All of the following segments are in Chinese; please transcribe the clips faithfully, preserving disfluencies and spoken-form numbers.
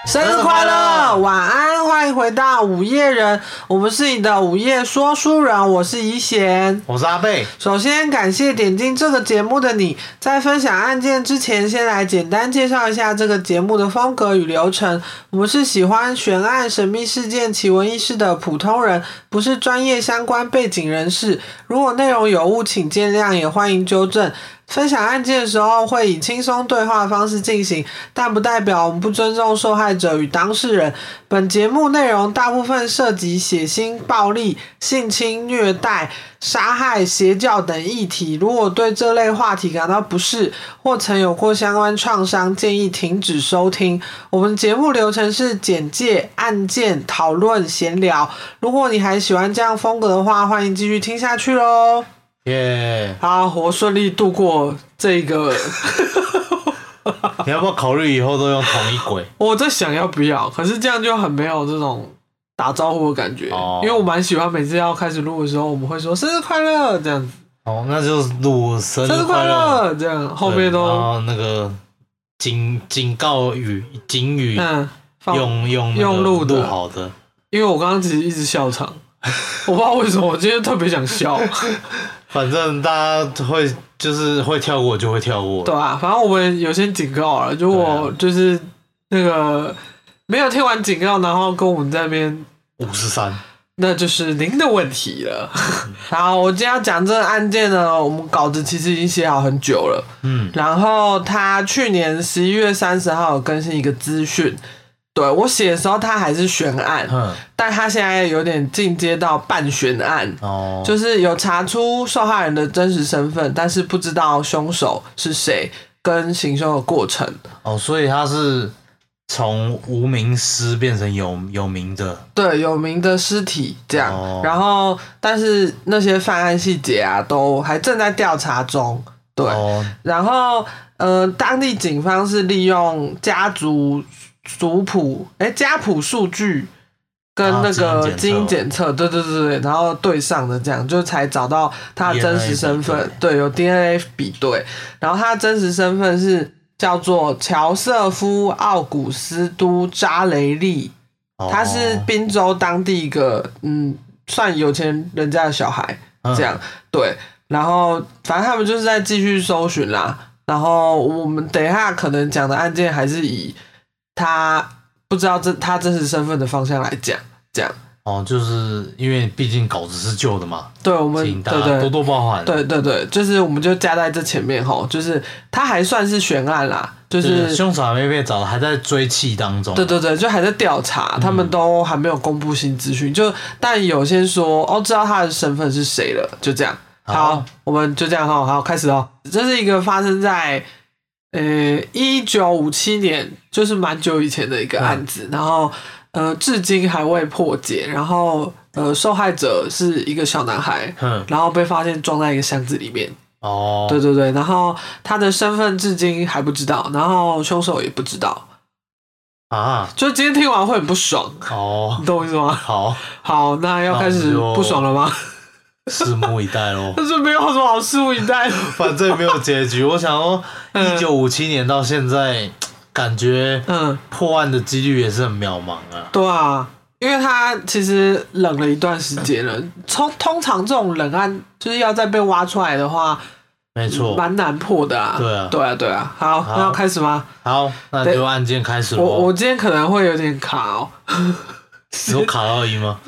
生日快乐，晚安，欢迎回到午夜人，我们是你的午夜说书人，我是怡贤， 我是阿贝。 首先感谢点进这个节目的你，在分享案件之前，先来简单介绍一下这个节目的风格与流程。我们是喜欢悬案、神秘事件、奇闻异事的普通人，不是专业相关背景人士。如果内容有误，请见谅，也欢迎纠正。分享案件的时候会以轻松对话的方式进行，但不代表我们不尊重受害者与当事人。本节目内容大部分涉及血腥、暴力、性侵、虐待、杀害、邪教等议题。如果对这类话题感到不适，或曾有过相关创伤，建议停止收听。我们节目流程是简介、案件、讨论、闲聊。如果你还喜欢这样风格的话，欢迎继续听下去咯。 耶、 yeah. 好，我顺利度过这个。 你要不要考虑以后都用同一轨？ 我在想要不要，可是这样就很没有这种打招呼的感觉。哦、因为我蛮喜欢每次要开始录的时候，我们会说生日快乐这样子。 哦，那就录生日快乐这样，后面都然后那个警警告语、警语，嗯，用用用录的录好的。 因为我刚刚其实一直笑场，我不知道为什么，我今天特别想笑。 反正大家会就是会跳过就会跳过， 对啊，反正我们有先警告了，如果就是那个没有听完警告，然后跟我们在那边五十三， 那就是您的问题了。好，我今天要讲这个案件呢，我们稿子其实已经写好很久了，嗯，然后他去年十一月三十号有更新一个资讯。对，我写的时候他还是悬案，嗯，但他现在有点进阶到半悬案，哦，就是有查出受害人的真实身份，但是不知道凶手是谁跟行凶的过程。 哦，所以他是从无名尸变成有有名的， 对，有名的尸体这样，哦，然后但是那些犯案细节啊，都还正在调查中，对，哦，然后呃，当地警方是利用家族。族谱，哎，家谱数据跟那个基因检测，对对对对，然后对上的这样，就才找到他的真实身份。对，有 D N A 比对，然后他的真实身份是叫做乔瑟夫·奥古斯都·扎雷利，哦，他是宾州当地一个嗯，算有钱人家的小孩，这样，嗯，对，然后反正他们就是在继续搜寻啦，然后我们等一下可能讲的案件还是以他不知道这他真实身份的方向来讲，这样哦，就是因为毕竟稿子是旧的嘛， 对，我们请大家多多包涵。 对对对，就是我们就加在这前面吼，就是他还算是悬案啦，就是凶手还没被找，还在追缉当中。 对对对，就还在调查，他们都还没有公布新资讯，就但有先说哦，知道他的身份是谁了，就这样。好，好我们就这样哈，好开始哦。这是一个发生在。呃，一九五七年，就是蛮久以前的一个案子，嗯、然后呃，至今还未破解。然后呃，受害者是一个小男孩，嗯，然后被发现装在一个箱子里面。哦，对对对，然后他的身份至今还不知道，然后凶手也不知道。啊，就今天听完会很不爽哦，你懂我意思吗？ 好， 好，那要开始不爽了吗？ 拭目以待咯。 但是没有什么好拭目以待的， 反正没有结局。我想说，一九五七年到现在，感觉嗯破案的几率也是很渺茫啊。 对啊，因为他其实冷了一段时间了。通通常这种冷案，就是要再被挖出来的话， 没错， 蛮难破的啊。对啊，对啊，对啊。好，好那要开始吗？ 好，那就案件开始咯。 我我今天可能会有点卡哦。 有卡到音吗？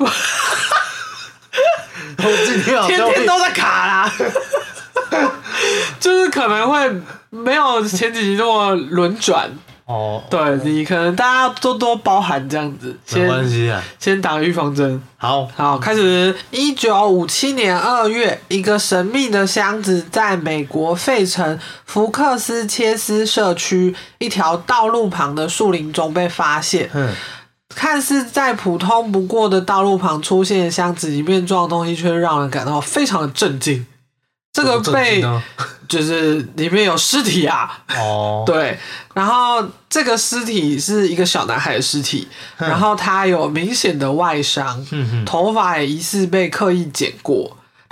我今天天天都在卡啦，就是可能会没有前几集那么轮转哦。对你可能大家多多包涵这样子， 没关系啊， 先打预防针。 好， 好，开始。一九五七年二月，一个神秘的箱子在美国费城福克斯切斯社区一条道路旁的树林中被发现。嗯。看似再普通不过的道路旁出现的箱子里面装的东西，却让人感到非常的震惊。这个被就是里面有尸体啊，哦，对，然后这个尸体是一个小男孩的尸体，嗯、然后他有明显的外伤，嗯、头发也疑似被刻意剪过。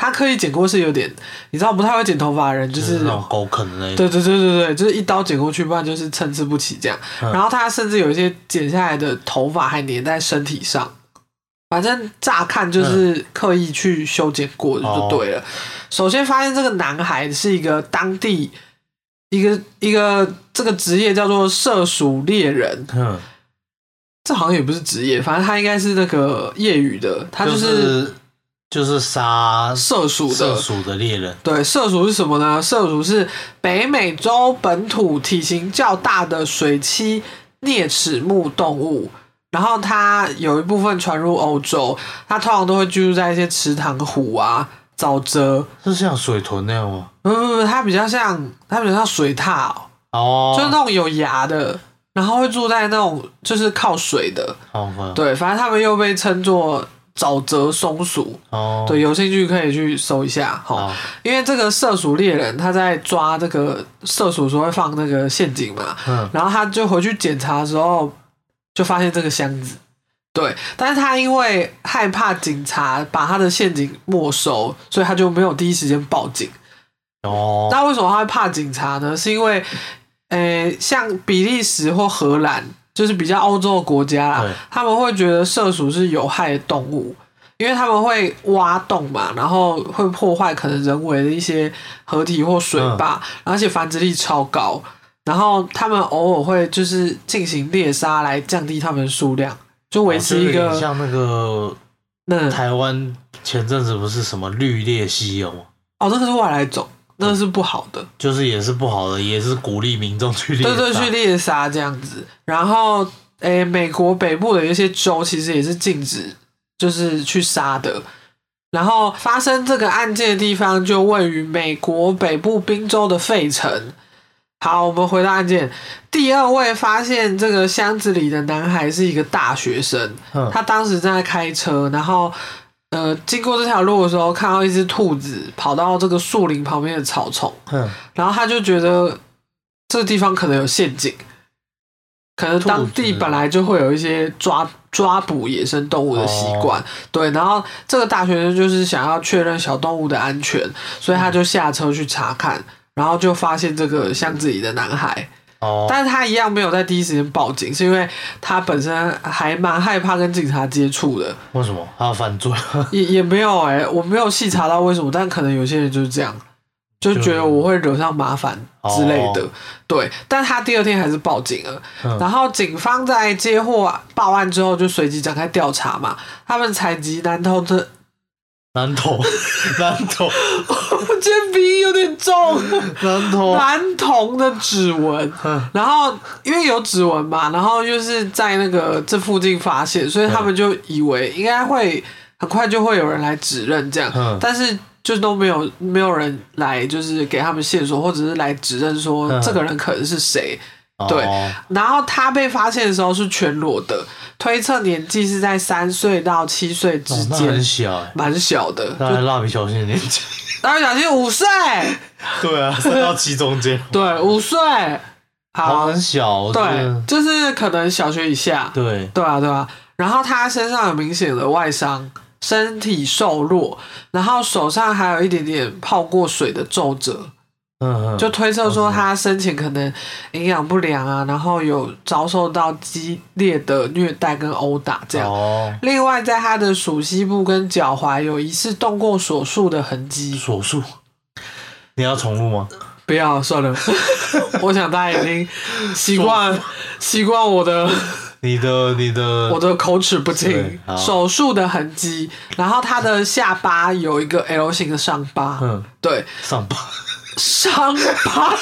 他刻意剪过是有点，你知道不太会剪头发的人就是那种狗啃的那种， 对对对对对，就是一刀剪过去，不然就是参差不齐这样。嗯、然后他甚至有一些剪下来的头发还粘在身体上，反正乍看就是刻意去修剪过的就对了。嗯、首先发现这个男孩是一个当地一个一个这个职业叫做射鼠猎人。嗯。这好像也不是职业，反正他应该是那个业余的，他就是、 就是、就是杀射鼠的射鼠的猎人。 对，射鼠是什么呢？射鼠是北美洲本土体型较大的水栖啮齿目动物，然后它有一部分传入欧洲，它通常都会居住在一些池塘、湖啊、沼泽。 是像水豚那样吗？ 不不不，它比较像，它比较像水獭哦，哦就是那种有牙的。然后会住在那种就是靠水的，哦、对，反正他们又被称作沼泽松鼠。哦，对，有兴趣可以去搜一下，哦、因为这个射鼠猎人他在抓这个射鼠时候会放那个陷阱嘛，嗯、然后他就回去检查的时候就发现这个箱子，对，但是他因为害怕警察把他的陷阱没收，所以他就没有第一时间报警。哦，那为什么他会怕警察呢？是因为诶，像比利时或荷兰，就是比较欧洲的国家啦，他们会觉得射鼠是有害的动物，因为他们会挖洞嘛，然后会破坏可能人为的一些河堤或水坝，嗯、而且繁殖力超高，然后他们偶尔会就是进行猎杀来降低它们的数量，就维持一个、 哦、像那个那台湾前阵子不是什么绿鬣蜥有吗？ 哦，那个是外来种。那是不好的， 就是也是不好的，也是鼓励民众去猎杀， 对对，去猎杀这样子。然后，诶，美国北部的一些州其实也是禁止，就是去杀的。然后发生这个案件的地方就位于美国北部宾州的费城。好，我们回到案件，第二位发现这个箱子里的男孩是一个大学生，嗯、他当时正在开车，然后。呃，经过这条路的时候，看到一只兔子跑到这个树林旁边的草丛，嗯、然后他就觉得这个地方可能有陷阱，可能当地本来就会有一些抓抓捕野生动物的习惯，哦、对，然后这个大学生就是想要确认小动物的安全，所以他就下车去查看，然后就发现这个箱子里的男孩。哦，但是他一样没有在第一时间报警，是因为他本身还蛮害怕跟警察接触的。 为什么他要犯罪？ 也也没有哎、欸，我没有细查到为什么，但可能有些人就是这样，就觉得我会惹上麻烦之类的。哦、对，但他第二天还是报警了。嗯、然后警方在接获报案之后，就随即展开调查嘛。他们采集南投的。 南投，南投， 我今天鼻音有点重。 南投， 男童的指纹，然后因为有指纹嘛，然后又是在那个这附近发现，所以他们就以为应该会很快就会有人来指认这样，嗯、但是就都没有没有人来，就是给他们线索，或者是来指认说这个人可能是谁。嗯、对，然后他被发现的时候是全裸的。推测年纪是在三岁到七岁之间， 哦、很小、欸， 蛮小的， 大概蜡笔小新的年纪。 蜡笔小新五岁， 对啊，三到七中间。 对，五岁，好， 很小， 对，就是可能小学以下。 对， 对啊，对啊。然后他身上有明显的外伤，身体瘦弱，然后手上还有一点点泡过水的皱褶。嗯，就推测说他生前可能营养不良啊，然后有遭受到激烈的虐待跟殴打这样。哦。另外，在他的属膝部跟脚踝有疑似动过手术的痕迹。 手术？你要重录吗？ 不要，算了。我想大家已经习惯习惯我的。 你的你的我的口齿不清，手术的痕迹，然后他的下巴有一个 L 型的伤疤。嗯，对， 伤疤。 伤疤，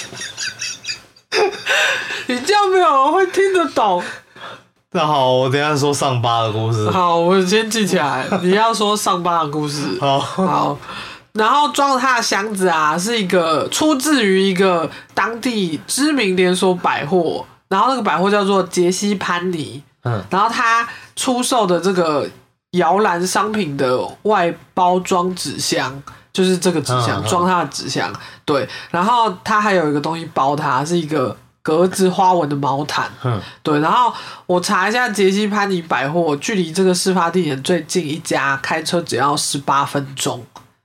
你这样没有人会听得懂。 那好，我等一下说上疤的故事。 好，我先记起来。你要说上疤的故事。 好， 好。然后装了他的箱子啊，是一个出自于一个当地知名连锁百货，然后那个百货叫做杰西潘尼。嗯，然后他出售的这个摇篮商品的外包装纸箱。就是这个纸箱装它的纸箱，对，然后它还有一个东西包它，是一个格子花纹的毛毯，嗯，对，然后我查一下杰西潘尼百货，距离这个事发地点最近一家开车只要十八分钟，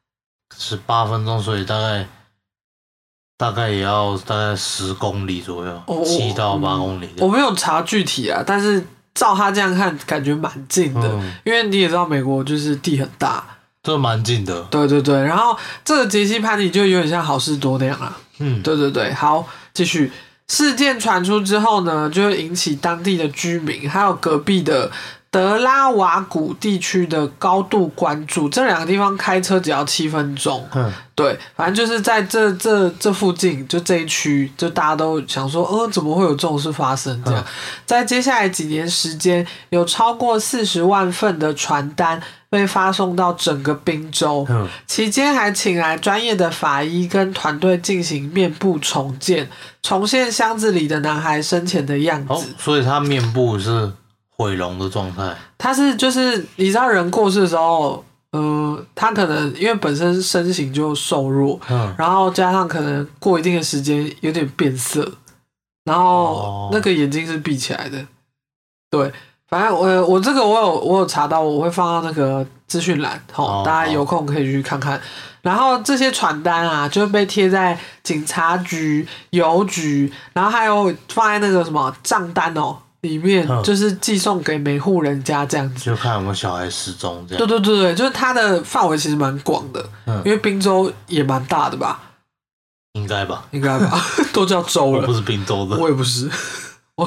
十八分钟，所以大概大概也要大概十公里左右，七、哦、到八公里、 嗯。我没有查具体啊，但是照他这样看，感觉蛮近的、嗯，因为你也知道美国就是地很大， 这蛮近的。 对对对，然后这个杰西潘尼就有点像好事多那样啦。嗯，对对对，好，继续。事件传出之后呢，就会引起当地的居民还有隔壁的德拉瓦谷地区的高度关注。这两个地方开车只要七分钟，嗯，对，反正就是在这这这附近，就这一区，就大家都想说，呃，怎么会有这种事发生？这样，嗯、在接下来几年时间，有超过四十万份的传单被发送到整个宾州，嗯、期间还请来专业的法医跟团队进行面部重建，重现箱子里的男孩生前的样子。 哦，所以他面部是毁容的状态。 他是就是你知道人过世的时候，呃，他可能因为本身身形就瘦弱，嗯，然后加上可能过一定的时间有点变色，然后那个眼睛是闭起来的，对。反正我我这个我有我有查到，我会放到那个资讯栏，好，大家有空可以去看看。然后这些传单啊，就被贴在警察局、邮局，然后还有放在那个什么账单哦里面，就是寄送给每户人家这样子。 就看有没有小孩失踪这样。 对对对对，就是它的范围其实蛮广的，嗯、因为宾州也蛮大的吧？ 应该吧？ 应该吧？都叫州了。 我不是宾州的， 我也不是。我。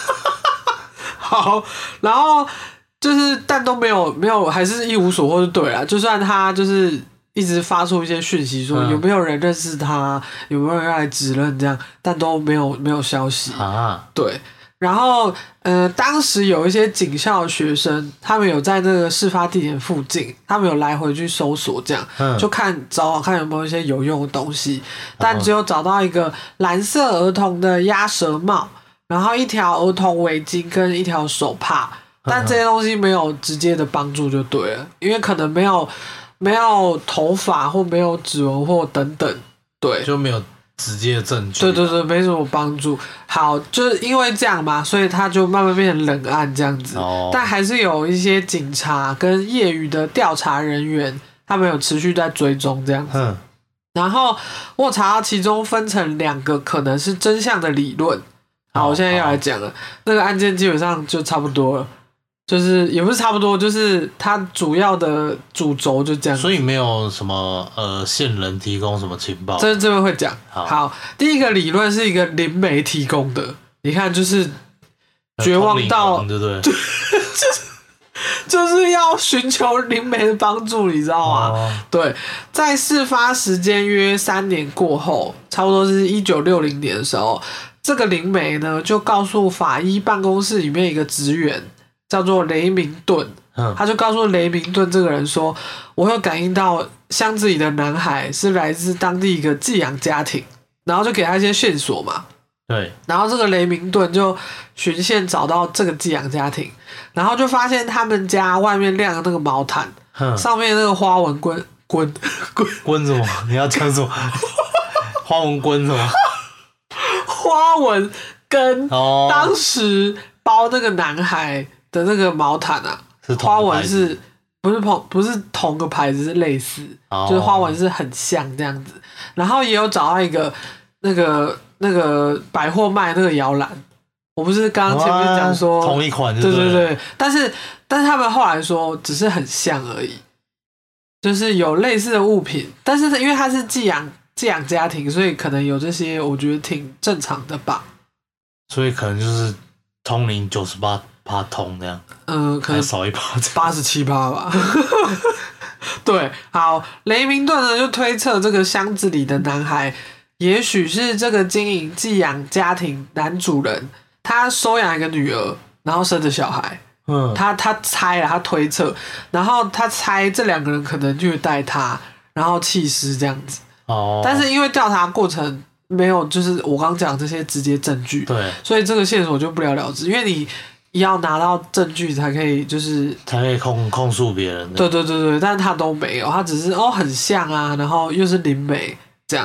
好，然后就是，但都没有没有，还是一无所获就对了。就算他就是一直发出一些讯息，说有没有人认识他，有没有人来指认这样，但都没有没有消息啊。对，然后呃，当时有一些警校学生，他们有在那个事发地点附近，他们有来回去搜索，这样、嗯、就看找看有没有一些有用的东西，但只有找到一个蓝色儿童的鸭舌帽。然后一条儿童围巾跟一条手帕，但这些东西没有直接的帮助就对了，因为可能没有没有头发或没有指纹或等等，对， 就没有直接的证据。 对对对，没什么帮助。好，就是因为这样嘛，所以它就慢慢变成冷案这样子。哦。但还是有一些警察跟业余的调查人员，他们有持续在追踪这样子。嗯。然后我查到其中分成两个可能是真相的理论。好，我现在要来讲了。那个案件基本上就差不多了，就是也不是差不多，就是它主要的主轴就这样。 所以没有什么呃线人提供什么情报。 这这边会讲。好，好，第一个理论是一个灵媒提供的，你看就是绝望到， 对不对？ 就是就是要寻求灵媒的帮助，你知道吗？哦、对，在事发时间约三年过后，差不多是一九六零年的时候。这个灵媒呢，就告诉法医办公室里面一个职员，叫做雷明顿，嗯、他就告诉雷明顿这个人说，我有感应到箱子里的男孩是来自当地一个寄养家庭，然后就给他一些线索嘛。 对， 然后这个雷明顿就循线找到这个寄养家庭，然后就发现他们家外面晾的那个毛毯，嗯、上面那个花纹滚滚滚滚什么？你要讲什么？花纹滚什么？ 花纹跟当时包那个男孩的那个毛毯啊， 是花纹是不是同不是同个牌子，是类似，哦、就是花纹是很像这样子。然后也有找到一个那个那个百货卖那个摇篮，我不是刚刚前面讲说同一款， 对对对，但是但是他们后来说只是很像而已，就是有类似的物品，但是因为它是寄养。寄养家庭，所以可能有这些，我觉得挺正常的吧。 所以可能就是通灵九十八趴通这样， 嗯、呃，可能少一趴， 八十七趴吧。对，好，雷明顿呢就推测这个箱子里的男孩，也许是这个经营寄养家庭男主人，他收养一个女儿，然后生的小孩。嗯，他他猜了，他推测，然后他猜这两个人可能虐待他，然后弃尸这样子。哦，但是因为调查过程没有，就是我刚讲这些直接证据， 对， 所以这个线索就不了了之。因为你要拿到证据才可以，就是才可以控控诉别人的。 对对对对，但是他都没有，他只是哦很像啊，然后又是灵媒这样。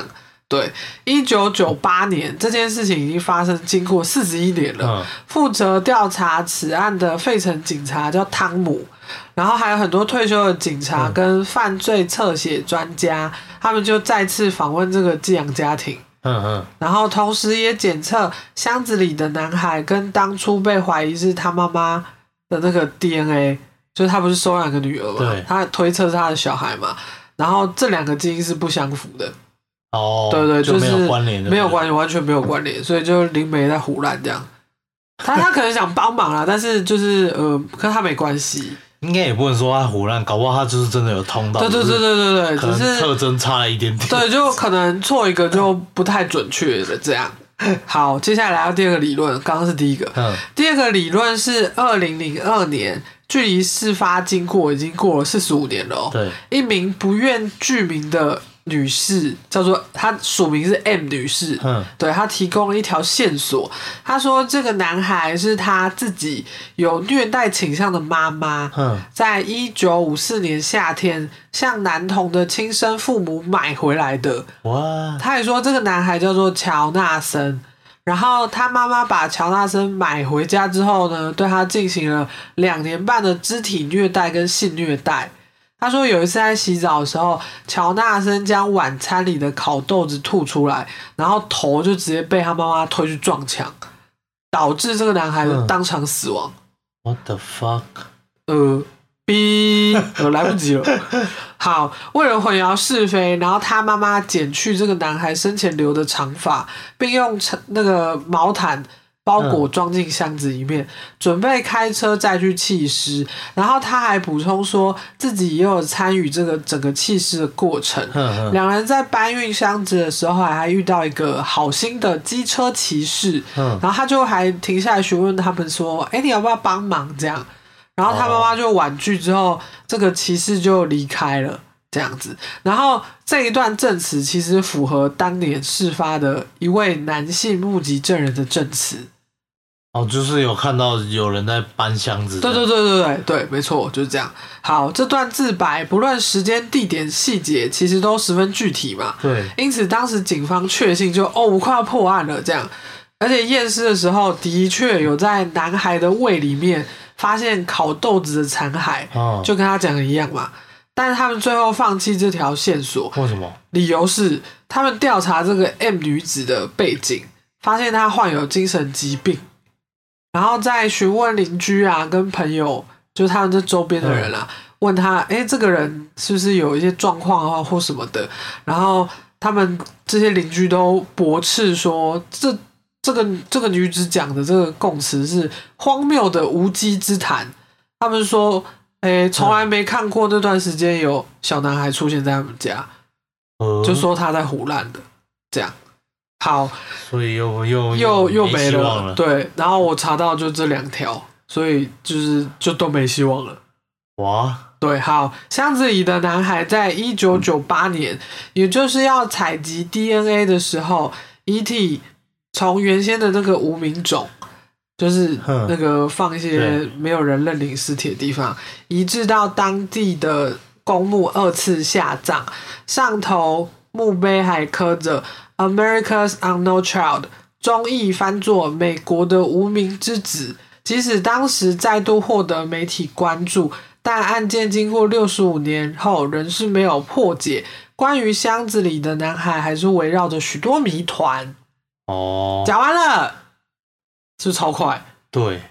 对，一九九八年这件事情已经发生，经过四十一年了。嗯、负责调查此案的费城警察叫汤姆，然后还有很多退休的警察跟犯罪侧写专家，嗯、他们就再次访问这个寄养家庭。嗯嗯，然后同时也检测箱子里的男孩跟当初被怀疑是他妈妈的那个 D N A， 就是他不是收养个女儿嘛，他推测是他的小孩嘛，然后这两个基因是不相符的。 哦， 对对， 就是没有关联， 没有关联，完全没有关联，所以就林梅在胡乱这样。他他可能想帮忙啦，但是就是呃，跟他没关系。 应该也不能说他胡乱，搞不好他就是真的有通到。 对对对对对对， 只是特征差了一点点。 对，就可能错一个就不太准确的这样。好，接下来来到第二个理论，刚刚是第一个。嗯。第二个理论是二零零二年，距离事发经过已经过了四十五年了哦。 对。 一名不愿具名的女士，叫做她署名是 M 女士，嗯，对，她提供了一条线索。她说这个男孩是她自己有虐待倾向的妈妈，嗯，在一九五四年夏天向男童的亲生父母买回来的。 哇！ 她也说这个男孩叫做乔纳森，然后他妈妈把乔纳森买回家之后呢，对他进行了两年半的肢体虐待跟性虐待。他说有一次在洗澡的时候，乔纳森将晚餐里的烤豆子吐出来，然后头就直接被他妈妈推去撞墙，导致这个男孩当场死亡。 What the fuck？ 呃，逼，呃，来不及了。好，为了混淆是非，然后他妈妈剪去这个男孩生前留的长发，并用那个毛毯包裹装进箱子里面，嗯、准备开车再去弃尸。然后他还补充说自己也有参与这个整个弃尸的过程。嗯、两人在搬运箱子的时候还遇到一个好心的机车骑士，嗯、然后他就还停下来询问他们说：“哎，你要不要帮忙？”这样，然后他妈妈就婉拒之后，这个骑士就离开了。这样子，然后这一段证词其实符合当年事发的一位男性目击证人的证词。 哦，就是有看到有人在搬箱子。 对对对对对对，没错，就是这样。好，这段自白不论时间、地点、细节，其实都十分具体嘛。 对。 因此，当时警方确信就哦，我快要破案了这样。而且验尸的时候，的确有在男孩的胃里面发现烤豆子的残骸，哦、就跟他讲的一样嘛。但是他们最后放弃这条线索， 为什么？ 理由是他们调查这个 M 女子的背景，发现她患有精神疾病，然后在询问邻居啊、跟朋友，就是他们这周边的人啊，嗯、问他，哎，这个人是不是有一些状况啊或什么的？然后他们这些邻居都驳斥说，这这个这个女子讲的这个供词是荒谬的无稽之谈。他们说。诶，从来没看过那段时间有小男孩出现在他们家，嗯、就说他在胡乱的这样。好， 所以又又又又没了， 了。对，然后我查到就这两条，所以就是就都没希望了。 哇， 对，好，箱子里的男孩在一九九八年，也就是要采集 D N A 的时候，遗体从原先的那个无名冢。就是那个放一些没有人认领尸体的地方，移至到当地的公墓二次下葬，上头墓碑还刻着 America's Unknown Child， 中译翻作美国的无名之子。即使当时再度获得媒体关注，但案件经过六十五年后仍是没有破解，关于箱子里的男孩还是围绕着许多谜团。 哦， 讲完了。是不是超快？ 对，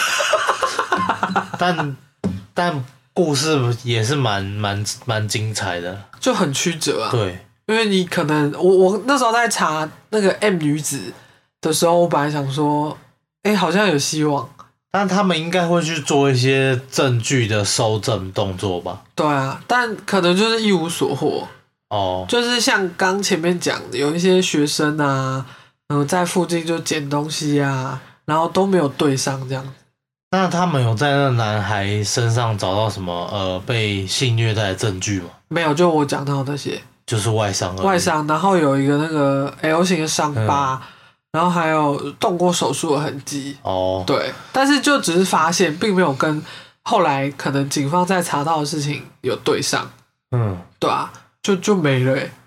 但但故事也是蛮蛮蛮精彩的， 就很曲折啊。 对， 因为你可能我我那时候在查那个 M 女子的时候，我本来想说，哎、欸，好像有希望， 但他们应该会去做一些证据的收证动作吧？ 对啊，但可能就是一无所获。 哦， 就是像刚前面讲的，有一些学生啊，嗯、呃，在附近就捡东西啊。然后都没有对上这样子。 那他们有在那男孩身上找到什么呃被性虐待的证据吗？ 没有，就我讲到那些， 就是外伤而已。 外伤，然后有一个那个 L 型的伤疤，嗯、然后还有动过手术的痕迹。 哦， 对，但是就只是发现，并没有跟后来可能警方在查到的事情有对上。 嗯， 对啊，就就没了、欸。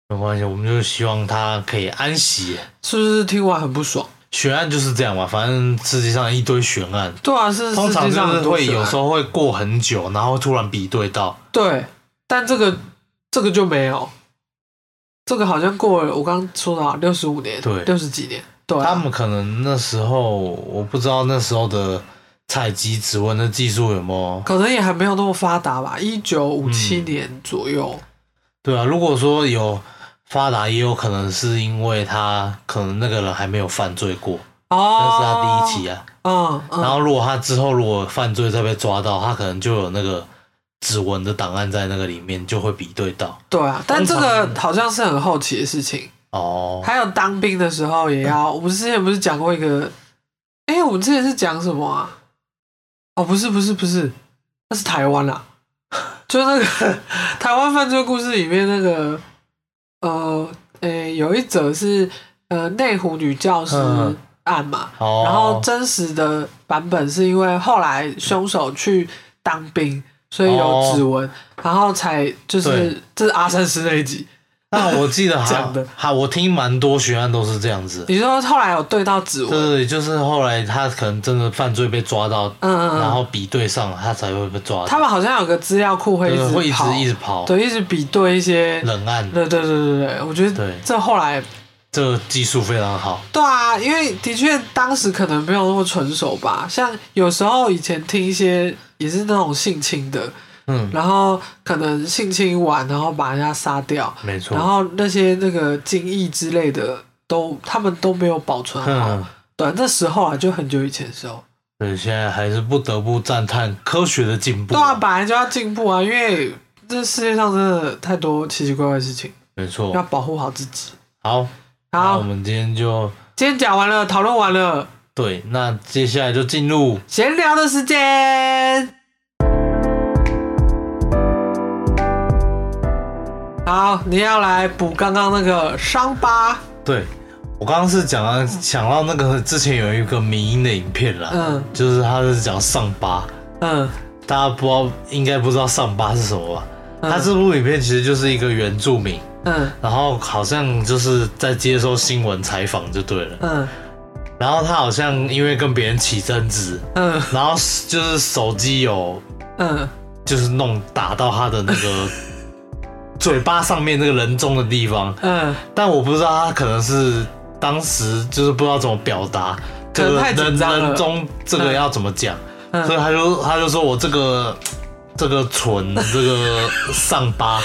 没关系，我们就希望他可以安息。 是不是听完很不爽？ 悬案就是这样嘛，反正世界上一堆悬案。 对啊，是通常就是会有时候会过很久，然后突然比对到。 对，但这个这个就没有，这个好像过了我刚刚说的六十五年，对，六十几年。对、啊， 他们可能那时候我不知道那时候的采集指纹的技术有没有， 可能也还没有那么发达吧，一九五七年左右、嗯。 对啊，如果说有发达，也有可能是因为他可能那个人还没有犯罪过，哦，那是他第一起啊。嗯，嗯然后如果他之后如果犯罪再被抓到，他可能就有那个指纹的档案在那个里面，就会比对到。 对啊，但这个好像是很后期的事情。 哦， 还有当兵的时候也要，我们之前不是讲过一个，哎、欸，我们之前是讲什么啊？哦，不是不是不是，那是台湾啦，就那个台湾犯罪故事里面那个，呃，诶、欸，有一则是呃内湖女教师案嘛、嗯哦，然后真实的版本是因为后来凶手去当兵，所以有指纹，哦、然后才就是这是阿三师那一集。 那我记得讲的，哈，我听蛮多悬案都是这样子。 你说后来有对到指纹？ 对，就是后来他可能真的犯罪被抓到，嗯嗯，然后比对上，他才会被抓到。 他们好像有个资料库会一直会一直一直跑， 对，一直比对一些冷案。 对对对对对，我觉得这后来这个技术非常好。 对啊，因为的确当时可能没有那么纯熟吧，像有时候以前听一些也是那种性侵的。嗯，然后可能性侵完，然后把人家杀掉， 没错。 然后那些那个精液之类的，都他们都没有保存好。嗯、对，那时候啊，就很久以前的时候。 对，现在还是不得不赞叹科学的进步。 对啊，本来就要进步啊，因为这世界上真的太多奇奇怪怪的事情。 没错， 要保护好自己。 好，好，我们今天就今天讲完了，讨论完了。 对，那接下来就进入闲聊的时间。好，你要来补刚刚那个伤疤。 对，我刚刚是讲到想到那个之前有一个迷因的影片啦，嗯，就是他是讲上疤，嗯，大家不知道应该不知道上疤是什么吧？嗯、他这部影片其实就是一个原住民，嗯，然后好像就是在接受新闻采访就对了，嗯，然后他好像因为跟别人起争执，嗯，然后就是手机有，嗯，就是弄打到他的那个。嘴巴上面那个人中的地方，嗯，但我不知道他可能是当时就是不知道怎么表达， 可能太紧张了， 人中这个要怎么讲，嗯、所以他就他就说我这个这个唇这个上疤，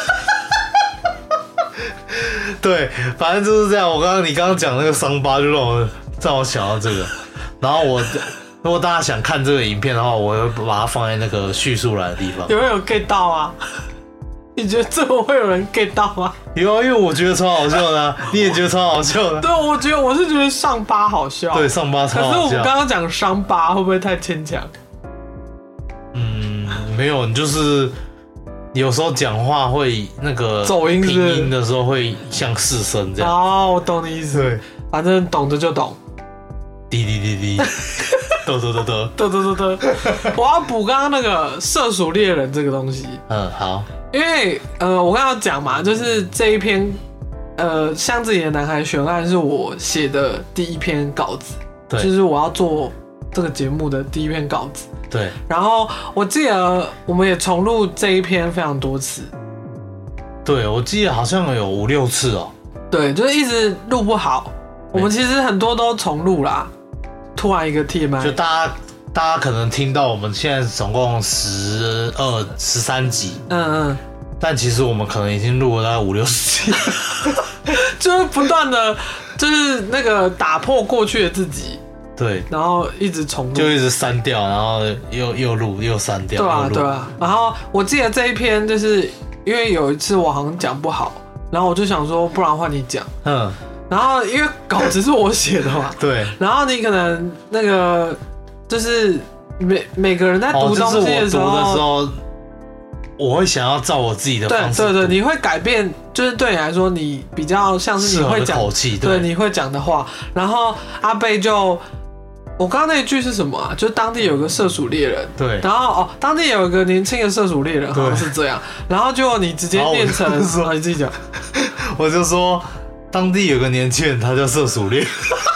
对，反正就是这样。我刚刚你刚刚讲那个伤疤，就让我让我想到这个，然后我。如果大家想看这个影片的话，我会把它放在那个叙述栏的地方。 有没有 get 到啊？你觉得这么会有人 get 到吗？ 有啊，因为我觉得超好笑的、啊，你也觉得超好笑的。 对，我觉得我是觉得上疤好笑。 对，上疤超好笑。 可是我们刚刚讲伤疤会不会太牵强？ 嗯，没有，你就是有时候讲话会那个走音， 拼音的时候会像四声这样。 哦，我懂你意思。对，反正懂的就懂。 滴滴滴滴。得得得得得得得得，我要补刚刚那个射鼠猎人这个东西。 嗯，好。 因为呃，我刚刚讲嘛，就是这一篇呃，箱子里的男孩悬案是我写的第一篇稿子，对，就是我要做这个节目的第一篇稿子。 对。然后我记得我们也重录这一篇非常多次。 对，我记得好像有五六次哦。 对，就是一直录不好。我们其实很多都重录啦。突然一个 T M I， 就大家大家可能听到我们现在总共十二十三集，嗯嗯，但其实我们可能已经录了大概五六十集， 就是不断的，就是那个打破过去的自己， 对， 然后一直重录， 就一直删掉，然后又又录又删掉， 对啊对啊。然后我记得这一篇就是因为有一次我好像讲不好，然后我就想说，不然换你讲，嗯。然后因为稿子是我写的嘛， 对。 然后你可能那个就是每每个人在读东西的时候， 哦、的时候我会想要照我自己的方式。 对对对，你会改变，就是对你来说，你比较像是你会讲口气， 对，你会讲的话。然后阿贝就，我刚刚那一句是什么啊？就是当地有个射鼠猎人， 对。 然后哦，当地有一个年轻的射鼠猎人，好像是这样。然后就你直接变成， 说你自己讲。 我就说当地有个年轻人，他叫色鼠猎。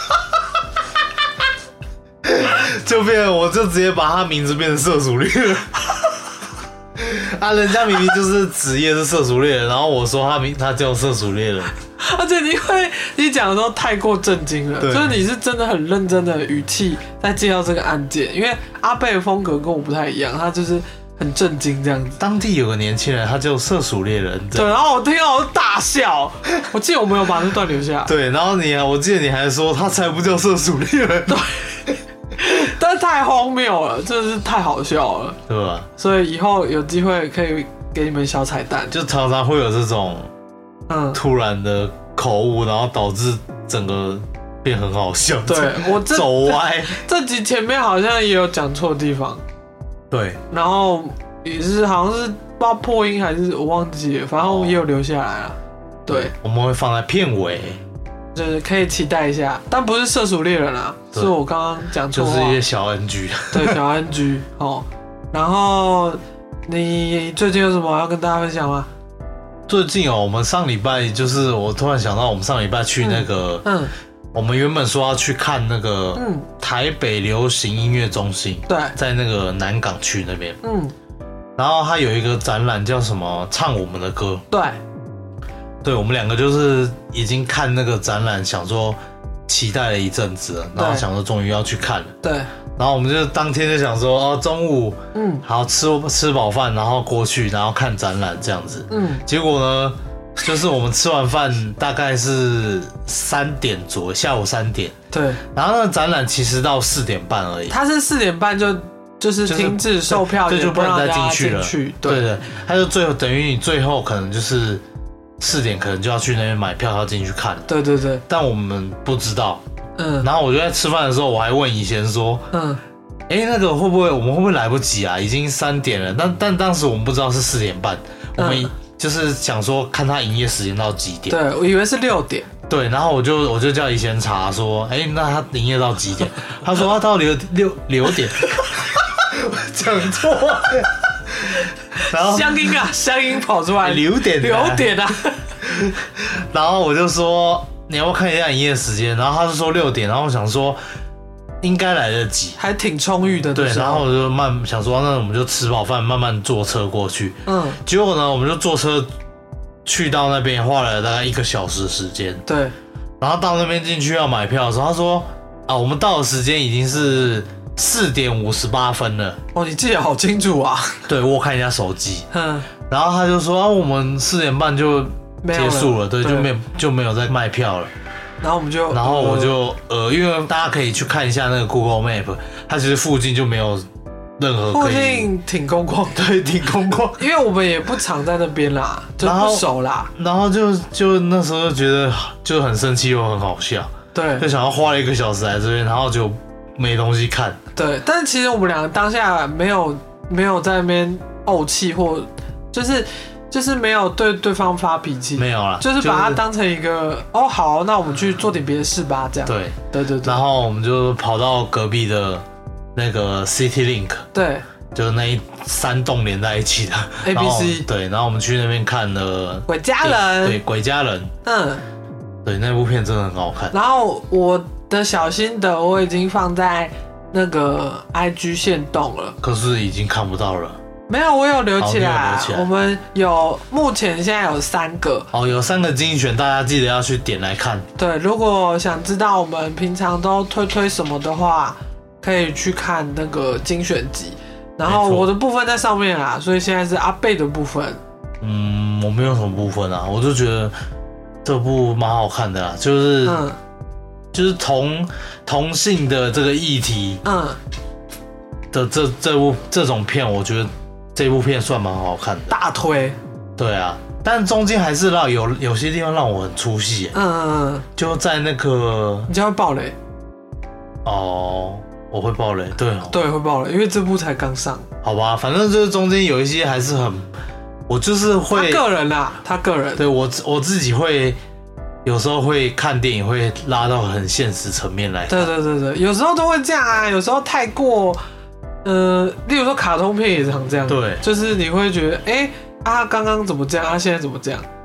就变成我就直接把他名字变成色鼠猎了。啊，人家明明就是职业是色鼠猎人，然后我说他名他叫色鼠猎人。 而且你会你讲的时候太过震惊了，就是你是真的很认真的语气在介绍这个案件，因为阿贝的风格跟我不太一样，他就是很震惊这样子。 当地有个年轻人，他叫色鼠猎人。 对，然后我听到我大笑，我记得我没有把这段留下。 对，然后你我记得你还说他才不叫色鼠猎人。 对。但是太荒谬了，真的是太好笑了， 对吧？ 所以以后有机会可以给你们小彩蛋， 就常常会有这种嗯突然的口误，然后导致整个变很好笑。 对，我这走歪， 这集前面好像也有讲错地方， 对， 然后也是好像是不知道破音还是我忘记了，反正也有留下来了。对， 我们会放在片尾。 就是可以期待一下，但不是射鼠猎人啊，是我刚刚讲错话， 就是一些小 N G， 对，小 N G 哦。然后你最近有什么要跟大家分享吗？ 最近哦，我们上礼拜就是我突然想到，我们上礼拜去那个，嗯，嗯我们原本说要去看那个，嗯，台北流行音乐中心， 对， 在那个南港区那边， 嗯， 然后它有一个展览叫什么？唱我们的歌， 对。 对，我们两个就是已经看那个展览，想说期待了一阵子了，然后想说终于要去看了。 对， 然后我们就当天就想说，哦，中午嗯，好吃吃饱饭，然后过去，然后看展览这样子。嗯，结果呢，就是我们吃完饭大概是三点左右，下午三点。 对， 然后那个展览其实到四点半而已。 它是四点半就就是停止售票， 就就不能再进去了。 对对，它就最后等于你最后可能就是。四点可能就要去那边买票，要进去看。 对对对， 但我们不知道。嗯，然后我就在吃饭的时候，我还问以贤说：“嗯，哎、欸，那个会不会我们会不会来不及啊？已经三点了。但但当时我们不知道是四点半，我们就是想说看他营业时间到几点。 对，我以为是六点。 对，然后我就我就叫以贤查说：哎、欸，那他营业到几点？他说他到六六六点。讲错。然后乡音啊，乡音跑出来， 六点， 六点啊。 然后我就说你要不要看一下营业时间？然后他就说六点，然后我想说应该来得及， 还挺充裕的。 对，然后我就慢想说，那我们就吃饱饭慢慢坐车过去。嗯，结果呢，我们就坐车去到那边，花了大概一个小时时间。 对， 然后到那边进去要买票的时候，他说啊，我们到的时间已经是四点五十八分了。 哦，你记得好清楚啊！ 对，我看一下手机。嗯，然后他就说啊，我们四点半就结束了，对，对就没有就没有再卖票了。 然后我们就， 然后我就呃，因为大家可以去看一下那个 Google Map， 它其实附近就没有任何可以， 附近挺空旷， 对，挺空旷， 因为我们也不常在那边啦，就不熟啦。 然后就就那时候就觉得就很生气又很好笑， 对， 就想要花了一个小时来这边，然后就没东西看。 对，但是其实我们两个当下没有没有在那边怄气或就是就是没有对对方发脾气， 没有啦， 就是把它当成一个、就是、哦好，那我们去做点别的事吧，这样。 对对对对。 然后我们就跑到隔壁的那个 City Link， 对， 就是那一三栋连在一起的 A B C。 对，然后我们去那边看了鬼家人， 对，鬼家人，嗯，对，那部片真的很好看。 然后我的小心得我已经放在那个 I G 限动了， 可是已经看不到了。 没有，我有留起来。起来我们有目前现在有三个哦，有三个精选，大家记得要去点来看。 对，如果想知道我们平常都推推什么的话，可以去看那个精选集。然后我的部分在上面啦，所以现在是阿贝的部分。 嗯，我没有什么部分啊，我就觉得这部蛮好看的啦，就是、嗯、就是同同性的这个议题，嗯的这这部这种片，我觉得。这部片算蛮好看的， 大推。 对啊，但中间还是让有有些地方让我很出戏。嗯嗯嗯，就在那个， 你将会爆雷。 哦，我会爆雷，对哦， 对，会爆雷，因为这部才刚上。 好吧，反正就是中间有一些还是很，我就是会他个人啦，他个人， 对我我自己会有时候会看电影会拉到很现实层面来看。 对对对对，有时候都会这样啊，有时候太过。呃，例如说卡通片也常这样， 对， 就是你会觉得，哎、欸，啊，刚刚怎么这样，啊，现在怎么这样？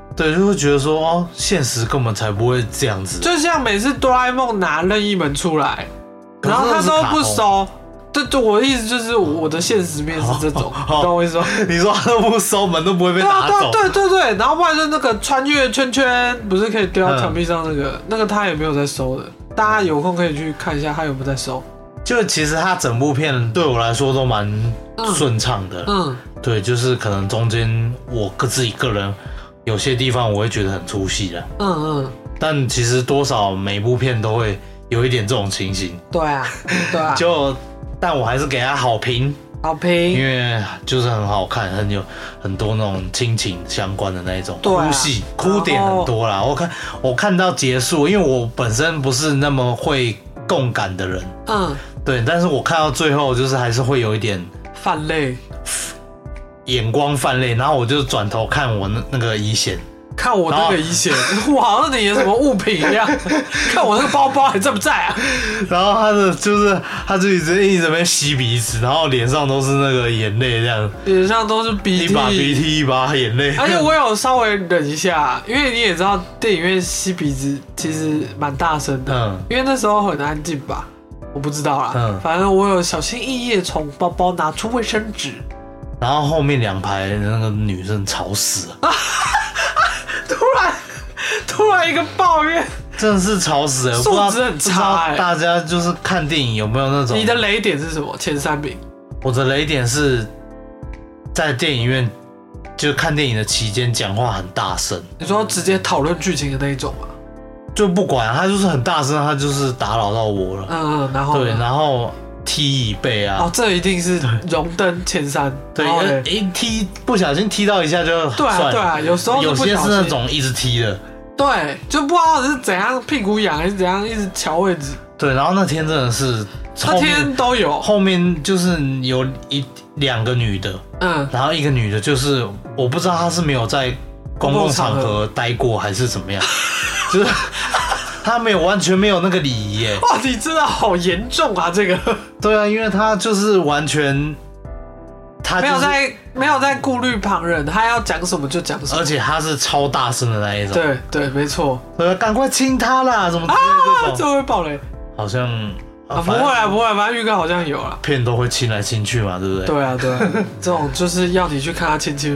对，就会觉得说哦，现实根本才不会这样子。 就像每次哆啦 A 梦拿任意门出来，然后他都不收。对对，我的意思就是我的现实面是这种，你懂我意思吗？ 你说他都不收门都不会被拿走， 对对对，然后不然就那个穿越圈圈，不是可以丢到墙壁上那个，嗯、那个他也没有在收的，大家有空可以去看一下他有没有在收。 就其实他整部片对我来说都蛮顺畅的，嗯，嗯对，就是可能中间我自己个人有些地方我会觉得很出戏的，嗯嗯，但其实多少每部片都会有一点这种情形， 对啊，对啊， 就。但我还是给他好评， 好评， 因为就是很好看，很有很多那种亲情相关的那一种哭戏，哭点很多啦。我看我看到结束，因为我本身不是那么会共感的人，嗯，对，但是我看到最后就是还是会有一点泛泪， 眼光泛泪，然后我就转头看我那那个一线。 看我那个遗险，哇，好像你有什么物品一样。看我那个包包还在不在啊？ 然后他的就是他就一直一直在吸鼻子，然后脸上都是那个眼泪，这样脸上都是鼻涕， 一把鼻涕一把眼泪。 而且我有稍微忍一下，因为你也知道电影院吸鼻子其实蛮大声的，嗯，因为那时候很安静吧，我不知道啦，嗯，反正我有小心翼翼从包包拿出卫生纸， 然后后面两排那个女生吵死了。 突然，突然一个抱怨， 真的是吵死了， 素质很差、欸。 大家就是看电影有没有那种？ 你的雷点是什么？前三名。 我的雷点是在电影院就看电影的期间讲话很大声。 你说直接讨论剧情的那一种吗？ 就不管他就是很大声，他就是打扰到我了。嗯嗯， 然后对，然后。踢椅背啊！ 哦，这一定是荣登前三。 对，一踢不小心踢到一下就对啊对啊，有时候有些是那种一直踢的， 对，就不知道是怎样屁股痒还是怎样，一直瞧位置。 对，然后那天真的是， 那天都有， 后面就是有一两个女的，嗯，然后一个女的就是我不知道她是没有在公共场合待过还是怎么样，就是。他没有完全没有那个礼仪耶！ 哇，你真的好严重啊！这个对啊，因为他就是完全，他、就是、 没有在没有在顾虑旁人，他要讲什么就讲什么， 而且他是超大声的那一种。 对对，没错。 对，赶快亲他啦！怎么啊？ 这会爆雷？ 好像啊，不会啊，不会，反正预告好像有啦。 片都会亲来亲去嘛，对不对？ 对啊，对啊，这种就是要你去看他亲亲。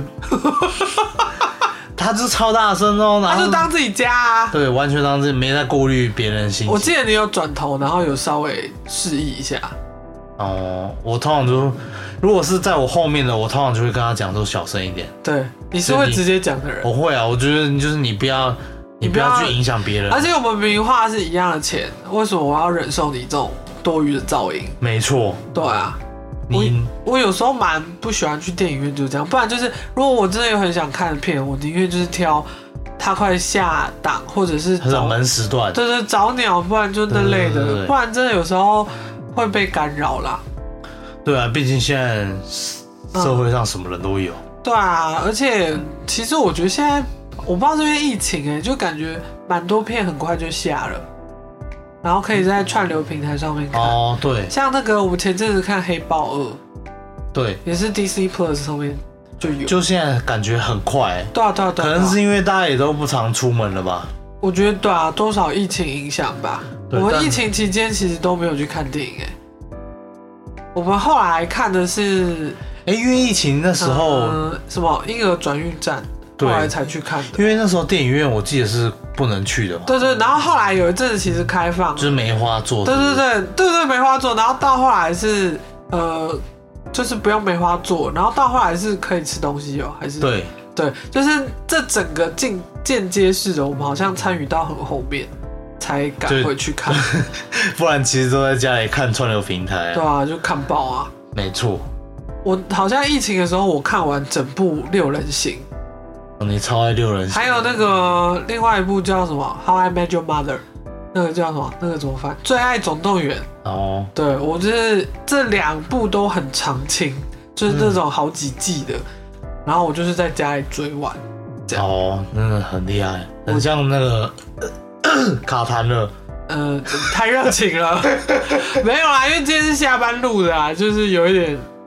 他就超大声哦， 他就当自己家啊， 对，完全当自己没在顾虑别人心情。 我记得你有转头，然后有稍微示意一下。 哦，我通常就如果是在我后面的，我通常就会跟他讲说小声一点。 对，你是会直接讲的人。 我会啊，我觉得就是你不要，你不要去影响别人。 而且我们名画是一样的钱，为什么我要忍受你这种多余的噪音？ 没错。 对啊。你我, 我有时候蛮不喜欢去电影院，就这样。不然就是，如果我真的有很想看的片，我宁愿就是挑它快下档，或者是冷门时段， 对对，早鸟，不然就那类的，对对对，不然真的有时候会被干扰啦。 对啊，毕竟现在社会上什么人都有。 嗯、对啊，而且其实我觉得现在，我不知道这边疫情哎、欸，就感觉蛮多片很快就下了。然后可以在串流平台上面看哦，对， 像那个我们前阵子看《黑豹二》， 对， 也是 Disney Plus 上面就有， 就现在感觉很快， 对啊对啊对啊， 可能是因为大家也都不常出门了吧？ 我觉得对啊，多少疫情影响吧。我们疫情期间其实都没有去看电影哎，我们后来看的是， 哎，因为疫情那时候、 呃、什么婴儿转运站。后来才去看的， 因为那时候电影院我记得是不能去的嘛。 对对，然后后来有一阵子其实开放， 就是梅花座。 对对对对对，梅花座。然后到后来是呃，就是不用梅花座，然后到后来是可以吃东西哦，还是对对，就是这整个进间接式的，我们好像参与到很后面才赶回去看， 不然其实都在家里看串流平台、啊。 对啊，就看爆啊。 没错， 我好像疫情的时候，我看完整部六人行。 你超爱六人行， 还有那个另外一部叫什么《How I Met Your Mother》，那个叫什么？那个怎么翻？《最爱总动员》哦。对，我就是这两部都很长青，就是那种好几季的，嗯、然后我就是在家里追完。这样哦，真的很厉害，很像那个卡痰了。 呃，太热情了，没有啦，因为今天是下班录的啊，就是有一点。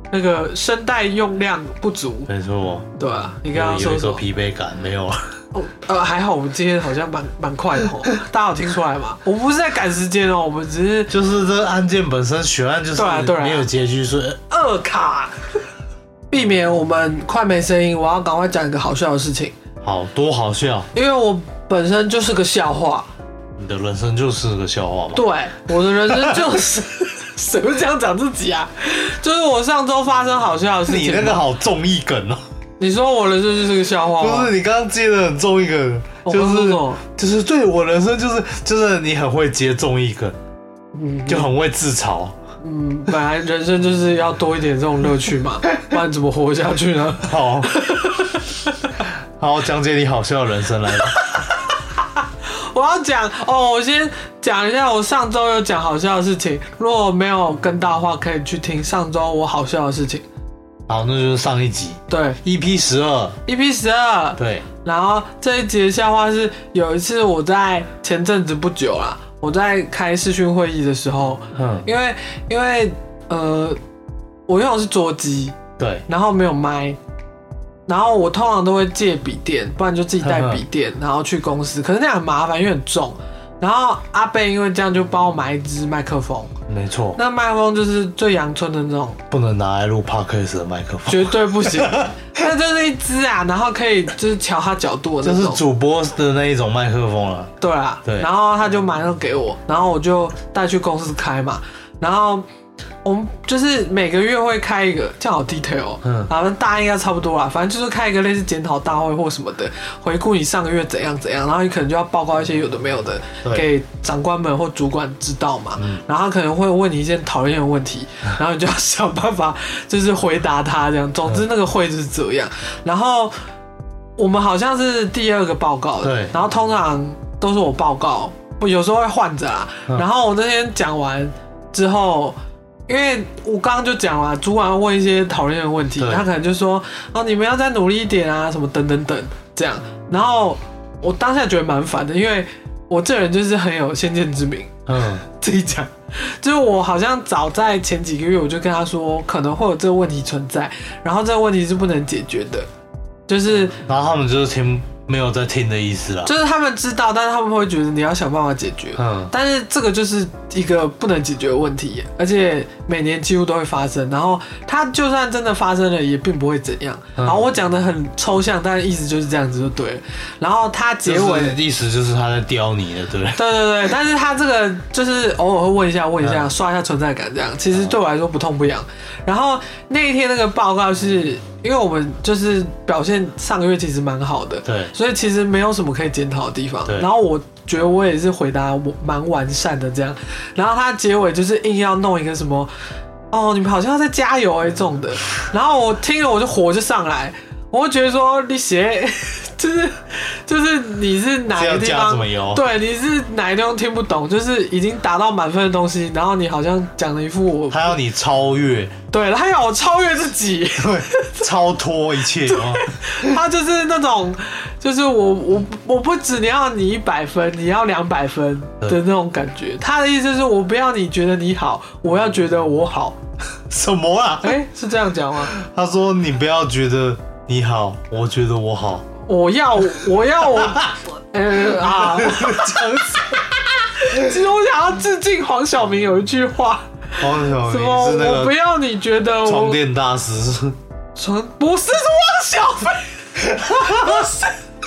那个声带用量不足。 没错。 对啊，你刚刚说什么？ 有一个疲惫感没有？ 哦，呃，还好我们今天好像蛮蛮快的哦，大家有听出来吗？我不是在赶时间哦，我们只是就是这个案件本身悬案就是没有结局，所以二卡，避免我们快没声音，我要赶快讲一个好笑的事情。 好多好笑， 因为我本身就是个笑话。 你的人生就是个笑话吗？ 对，我的人生就是谁会这样讲自己啊？就是我上周发生好笑的事情。 你那个好综艺梗哦。 你说我人生就是个笑话吗？ 不是，你刚刚接的很综艺梗，就是就是对我人生就是就是你很会接综艺梗，嗯，就很会自嘲。 嗯，本来人生就是要多一点这种乐趣嘛，不然怎么活下去呢？ 好，好，讲解你好笑的人生来了。 我要讲哦，我先讲一下，我上周有讲好笑的事情，如果没有跟到的话，可以去听上周我好笑的事情。 好，那就是上一集， 对 ，E P 十二 ，E P 十二， 对。 然后这一集的笑话是，有一次我在前阵子不久啦，我在开视讯会议的时候，嗯，因为因为呃，我用的是桌机， 对， 然后没有麦，然后我通常都会借笔电，不然就自己带笔电，然后去公司，可是那样很麻烦，因为很重。然后阿贝因为这样就帮我买一支麦克风， 没错， 那麦克风就是最阳春的那种， 不能拿来录 podcast 的麦克风， 绝对不行。那就是一支啊，然后可以就是调它角度的那种， 这是主播的那一种麦克风啊。 对啊， 对。 然后他就买那个给我，然后我就带去公司开嘛，然后我们就是每个月会开一个，这样好 detail，嗯，然后大家应该差不多啦，反正就是开一个类似检讨大会或什么的，回顾你上个月怎样怎样，然后你可能就要报告一些有的没有的给长官们或主管知道嘛，嗯，然后他可能会问你一些讨厌的问题，然后你就要想办法就是回答他这样，总之那个会就是这样，然后我们好像是第二个报告的， 对， 然后通常都是我报告，不有时候会换着啦，嗯，然后我那天讲完之后。因为我刚刚就讲了，主管要问一些讨厌的问题，他可能就说：“哦，你们要再努力一点啊，什么等等等这样。”然后我当下觉得蛮烦的，因为我这人就是很有先见之明。嗯，自己讲，就是我好像早在前几个月我就跟他说可能会有这个问题存在，然后这个问题是不能解决的，就是， 然后他们就是听。没有在听的意思啦， 就是他们知道，但是他们会觉得你要想办法解决。嗯，但是这个就是一个不能解决的问题，而且每年几乎都会发生。然后它就算真的发生了，也并不会怎样。嗯，然后我讲的很抽象，但是意思就是这样子就对了。然后它结尾的意思就是他在刁你的，对。 对对对，但是他这个就是偶尔会问一下问一下，嗯，刷一下存在感这样，其实对我来说不痛不痒。然后那一天那个报告是。因为我们就是表现上个月其实蛮好的， 对， 所以其实没有什么可以检讨的地方。然后我觉得我也是回答蛮完善的这样，然后他结尾就是硬要弄一个什么，哦，你们好像要再加油哎，欸，这种的，然后我听了我就火就上来，我会觉得说你写就是就是你是哪个地方对你是哪个地方听不懂，就是已经达到满分的东西，然后你好像讲了一副我他要你超越， 对，他要我超越自己， 对，超脱一切， 他就是那种就是我我我不只你要你一百分，你要两百分的那种感觉。他的意思是我不要你觉得你好，我要觉得我好。 什么啊？ 哎，欸，是这样讲吗？ 他说你不要觉得你好，我觉得我好。 我要我要我呃啊，这样子。其实我想要致敬黄晓明有一句话， 黄晓明什么我不要你觉得我床垫大师， 床不是是汪小菲，不是。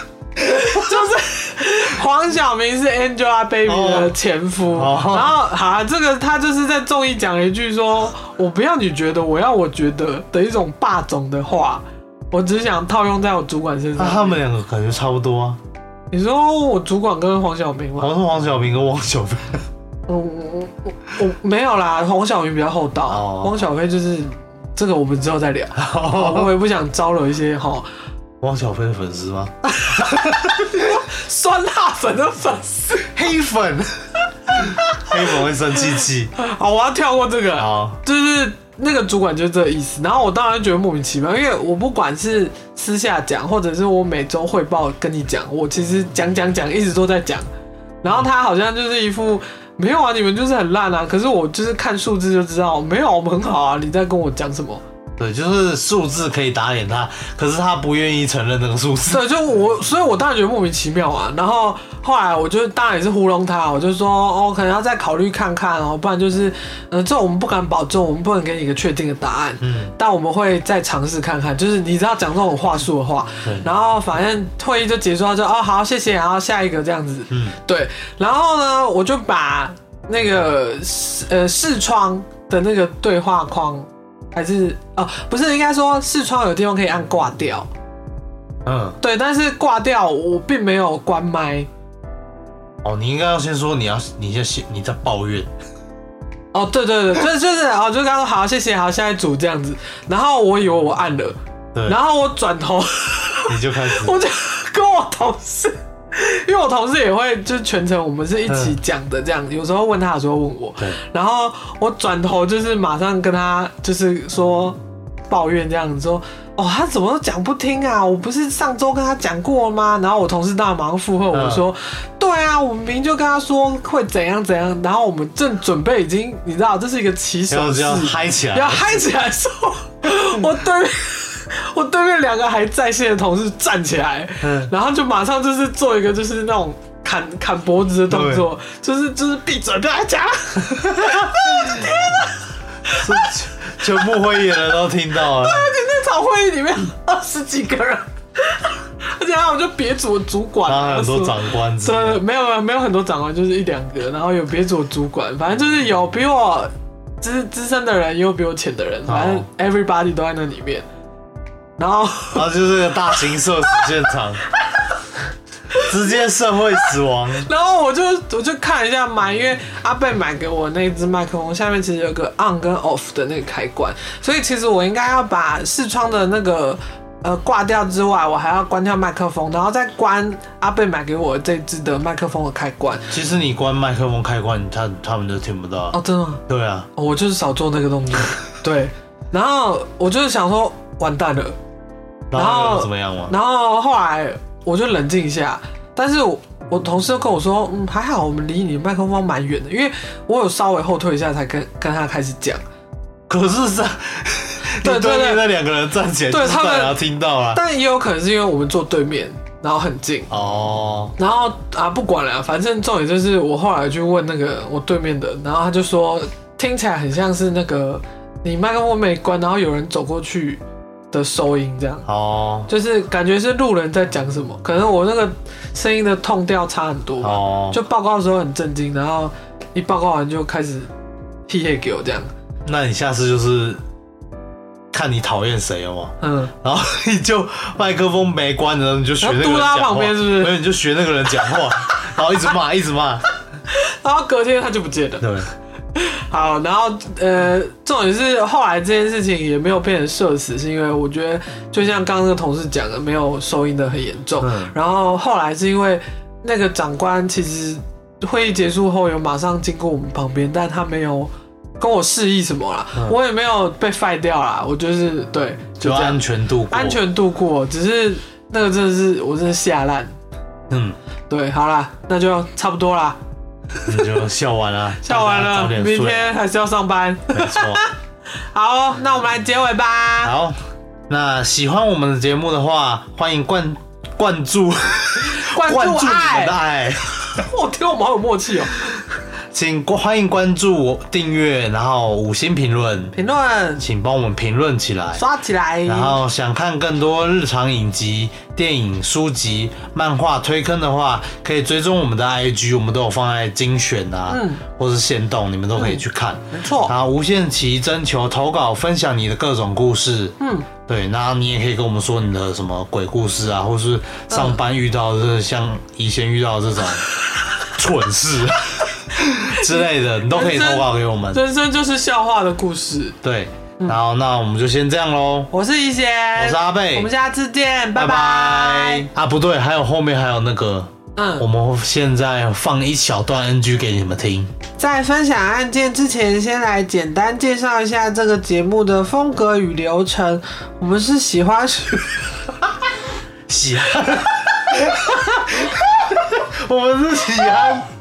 就是黄晓明是 Angelababy 的前夫，哦，然后好，啊，这个他就是在综艺讲了一句说：“我不要你觉得，我要我觉得”的一种霸总的话，我只想套用在我主管身上。 那他们两个感觉差不多啊。 你说我主管跟黄晓明吗？ 我说黄晓明跟汪小菲。 我我我没有啦，黄晓明比较厚道，哦，汪小菲就是这个我们之后再聊。哦，我也不想招惹一些哈。 汪小菲的粉丝吗？ 酸辣粉的粉丝， 黑粉，黑粉会生气气。 好，我要跳过这个。 好， 就是那个主管就是这个意思。然后我当然觉得莫名其妙，因为我不管是私下讲，或者是我每周汇报跟你讲，我其实讲讲讲一直都在讲。然后他好像就是一副没有啊，你们就是很烂啊。可是我就是看数字就知道，没有我们很好啊。你在跟我讲什么？ 对，就是数字可以打脸他，可是他不愿意承认那个数字。 对，就我，所以我当然觉得莫名其妙啊。然后后来我就当然也是糊弄他，我就说哦，可能要再考虑看看哦，不然就是，呃，这我们不敢保证，我们不能给你一个确定的答案。嗯，但我们会再尝试看看，就是你知道讲这种话术的话，然后反正会议就结束了，就哦好，谢谢，然后下一个这样子。嗯，对，然后呢，我就把那个呃视窗的那个对话框。还是哦，不是，应该说视窗有地方可以按挂掉，嗯，对，但是挂掉我并没有关麦。 哦，你应该要先说你要，你先你在抱怨。 哦，对对对，就是就是哦，就刚刚说好，谢谢，好，下一组这样子。然后我以为我按了，对，然后我转头， 你就开始， 我就跟我同事。因为我同事也会，就是全程我们是一起讲的这样，有时候问他，有时候问我。然后我转头就是马上跟他就是说抱怨这样子说，哦，他怎么都讲不听啊！我不是上周跟他讲过吗？然后我同事当然马上附和我说，嗯、对啊，我明明就跟他说会怎样怎样，然后我们正准备已经，你知道这是一个起手式， 要嗨起来， 要嗨起来的时候，我对面。我对面两个还在线的同事站起来，嗯、然后就马上就是做一个就是那种砍砍脖子的动作，就是就是闭嘴，不要来讲。我的天哪！ 全部会议的人都听到了。 对，而且那场会议里面二十几个人，而且还有就别组的主管， 然后还有很多长官， 对，没有没有没有很多长官，就是一两个，然后有别组的主管，反正就是有比我资资深的人，也有比我浅的人，反正 everybody 都在那里面。然后， 然后就是个大型社死现场，直接社会死亡。 然后我就我就看一下麦，因为阿贝买给我那支麦克风下面其实有个 on 跟 off 的那个开关，所以其实我应该要把视窗的那个呃挂掉之外，我还要关掉麦克风，然后再关阿贝买给我这支的麦克风的开关。 其实你关麦克风开关，他他们就听不到。 哦，真的吗？ 对啊， 哦、我就是少做那个动作。对，然后我就是想说，完蛋了。 然后怎么样吗？ 然后后来我就冷静一下，但是我我同事又跟我说，嗯，还好我们离你的麦克风蛮远的，因为我有稍微后退一下才跟跟他开始讲。 可是是，对对面那两个人站起来，对他们听到了， 但也有可能是因为我们坐对面，然后很近哦。然后啊，不管了，反正重点就是我后来去问那个我对面的，然后他就说听起来很像是那个你麦克风没关，然后有人走过去的收音这样哦，就是感觉是路人在讲什么，可能我那个声音的痛调差很多哦，就报告的时候很震惊，然后一报告完就开始屁黑给我这样。 那你下次就是看你讨厌谁了嘛，嗯，然后你就麦克风没关的，你就学那个人讲话， 旁边是不是？ 没有，你就学那个人讲话，然后一直骂，一直骂， 然后隔天他就不见了。 对。 好，然后呃，重点是后来这件事情也没有变成社死，是因为我觉得就像刚刚那个同事讲的，没有收音的很严重。嗯、然后后来是因为那个长官其实会议结束后有马上经过我们旁边，但他没有跟我示意什么啦，嗯、我也没有被 fire 掉啦，我就是对， 就这样安全度过， 安全度过，只是那个真的是我真的吓烂。嗯，对，好啦，那就差不多啦。 你就笑完了， 笑完了，明天还是要上班。 没错。 好，那我们来结尾吧。 好，那喜欢我们的节目的话，欢迎灌灌注灌注你们的爱。 我天，我们好有默契哦。 请欢迎关注我、订阅，然后五星评论， 评论， 请帮我们评论起来， 刷起来。 然后想看更多日常影集、电影、书籍、漫画推坑的话，可以追踪我们的 I G， 我们都有放在精选啊，嗯，或是限动，你们都可以去看。 嗯、没错。 然后无限期征求投稿，分享你的各种故事。嗯，对，然后你也可以跟我们说你的什么鬼故事啊，或是上班遇到的，嗯、像以前遇到的这种蠢事。之类的，你都可以投稿给我们。 人生就是笑话的故事。 对，然后那我们就先这样咯。 我是一贤， 我是阿贝， 我们下次见，拜拜。 拜拜啊，不对，还有后面还有那个，嗯，我们现在放一小段 N G 给你们听。 在分享案件之前，先来简单介绍一下这个节目的风格与流程。我们是喜欢喜欢，我们是喜欢。